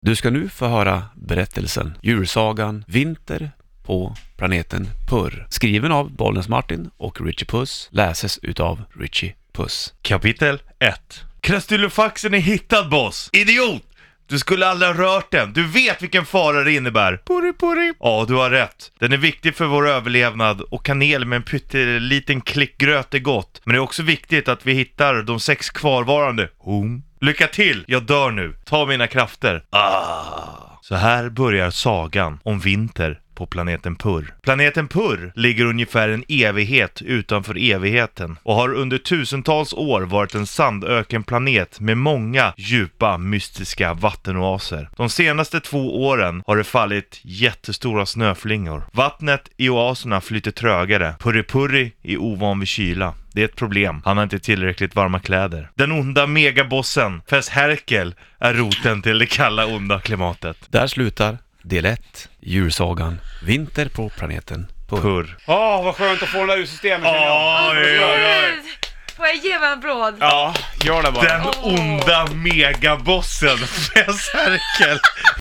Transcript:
Du ska nu få höra berättelsen Djursagan Vinter på planeten Purr. Skriven av Bollnäs Martin och Richie Puss. Läses utav Richie Puss. Kapitel 1. Krastylofaxen är hittad, boss. Idiot! Du skulle aldrig ha rört den. Du vet vilken fara det innebär. Purri, purri. Ja, du har rätt. Den är viktig för vår överlevnad och kanel med en pytteliten klick gröt är gott. Men det är också viktigt att vi hittar de 6 kvarvarande. Lycka till, jag dör nu. Ta mina krafter. Så här börjar sagan om vinter på planeten Purr. Planeten Purr ligger ungefär en evighet utanför evigheten och har under tusentals år varit en sandökenplanet med många djupa mystiska vattenoaser. De senaste 2 åren har det fallit jättestora snöflingor. Vattnet i oaserna flyter trögare. Purri är ovan vid kyla. Det är ett problem. Han har inte tillräckligt varma kläder. Den onda megabossen, Fess Herkel, är roten till det kalla onda klimatet. Där slutar del 1. Djursagan Vinter på planeten Purr. Vad skönt att få den där ur systemet. Får jag ge mig en bråd? Ja, gör det bara. Den onda megabossen, Fess Herkel.